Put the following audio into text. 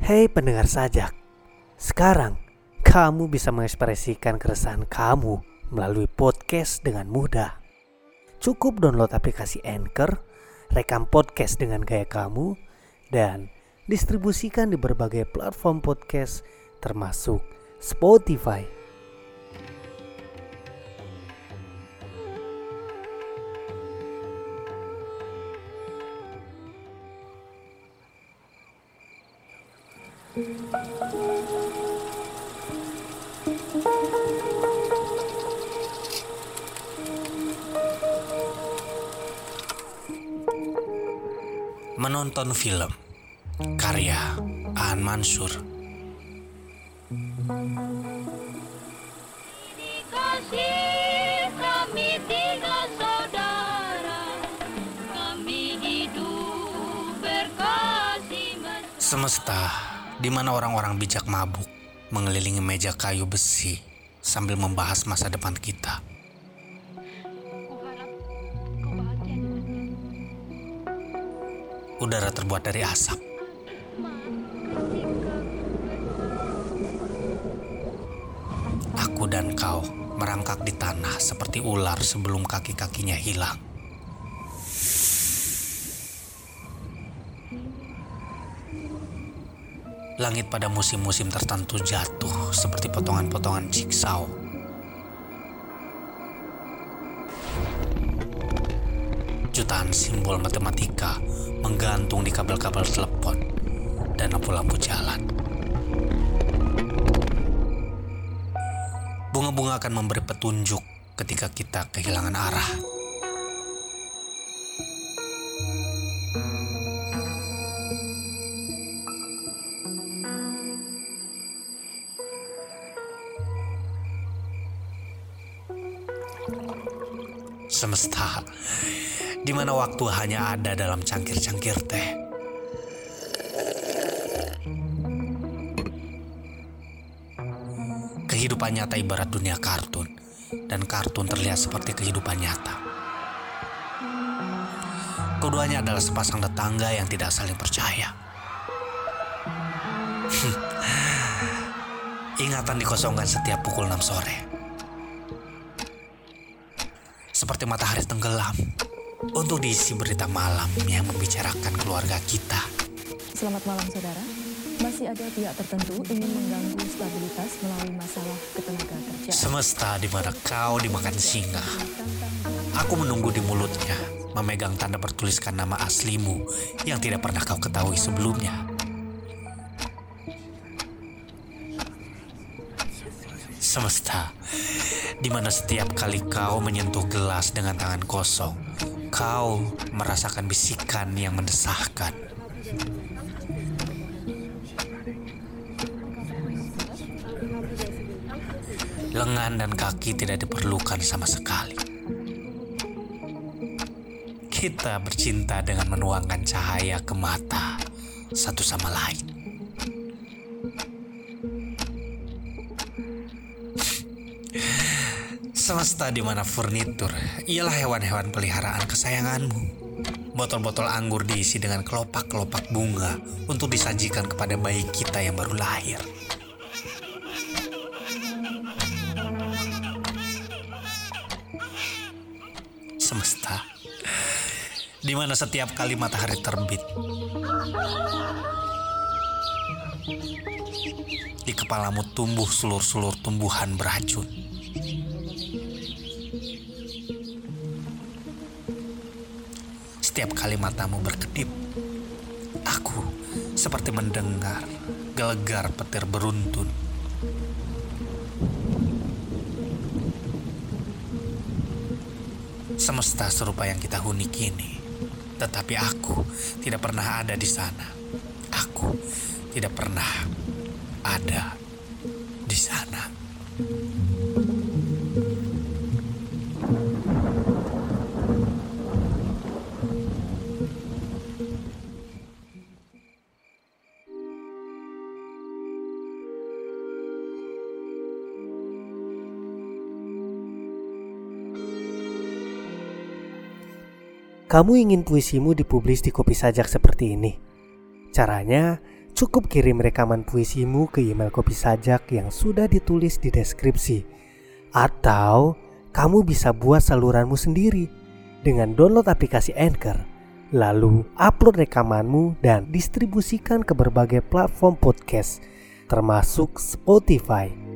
Hei pendengar sajak, sekarang kamu bisa mengekspresikan keresahan kamu melalui podcast dengan mudah. Cukup download aplikasi Anchor, rekam podcast dengan gaya kamu, dan distribusikan di berbagai platform podcast termasuk Spotify. Menonton film karya Aan Mansur. Dikasih kami 3 saudara, kami hidup berkasih mesra. Semesta di mana orang-orang bijak mabuk mengelilingi meja kayu besi sambil membahas masa depan kita. Udara terbuat dari asap. Aku dan kau merangkak di tanah seperti ular sebelum kaki-kakinya hilang. Langit pada musim-musim tertentu jatuh seperti potongan-potongan jigsaw. Jutaan simbol matematika menggantung di kabel-kabel telepon dan lampu-lampu jalan. Bunga-bunga akan memberi petunjuk ketika kita kehilangan arah. Semesta di mana waktu hanya ada dalam cangkir-cangkir teh. Kehidupan nyata ibarat dunia kartun, dan kartun terlihat seperti kehidupan nyata. Keduanya adalah sepasang tetangga yang tidak saling percaya. Ingatan dikosongkan setiap pukul 6 sore. Seperti matahari tenggelam untuk diisi berita malam yang membicarakan keluarga kita. Selamat malam saudara. Masih ada pihak tertentu ingin mengganggu stabilitas melalui masalah ketenaga kerjaan. Semesta di mana kau dimakan singa. Aku menunggu di mulutnya, memegang tanda bertuliskan nama aslimu yang tidak pernah kau ketahui sebelumnya. Semesta di mana setiap kali kau menyentuh gelas dengan tangan kosong, kau merasakan bisikan yang mendesahkan. Lengan dan kaki tidak diperlukan sama sekali. Kita bercinta dengan menuangkan cahaya ke mata satu sama lain. Semesta di mana furnitur ialah hewan-hewan peliharaan kesayanganmu. Botol-botol anggur diisi dengan kelopak-kelopak bunga untuk disajikan kepada bayi kita yang baru lahir. Semesta di mana setiap kali matahari terbit, di kepalamu tumbuh sulur-sulur tumbuhan beracun. Setiap kali matamu berkedip, aku seperti mendengar gelegar petir beruntun. Semesta serupa yang kita huni kini, tetapi aku tidak pernah ada di sana. Aku tidak pernah ada di sana. Kamu ingin puisimu dipublis di Kopi Sajak seperti ini? Caranya Cukup kirim rekaman puisimu ke email Kopi Sajak yang sudah ditulis di deskripsi. Atau kamu bisa buat saluranmu sendiri dengan download aplikasi Anchor, lalu upload rekamanmu dan distribusikan ke berbagai platform podcast termasuk Spotify.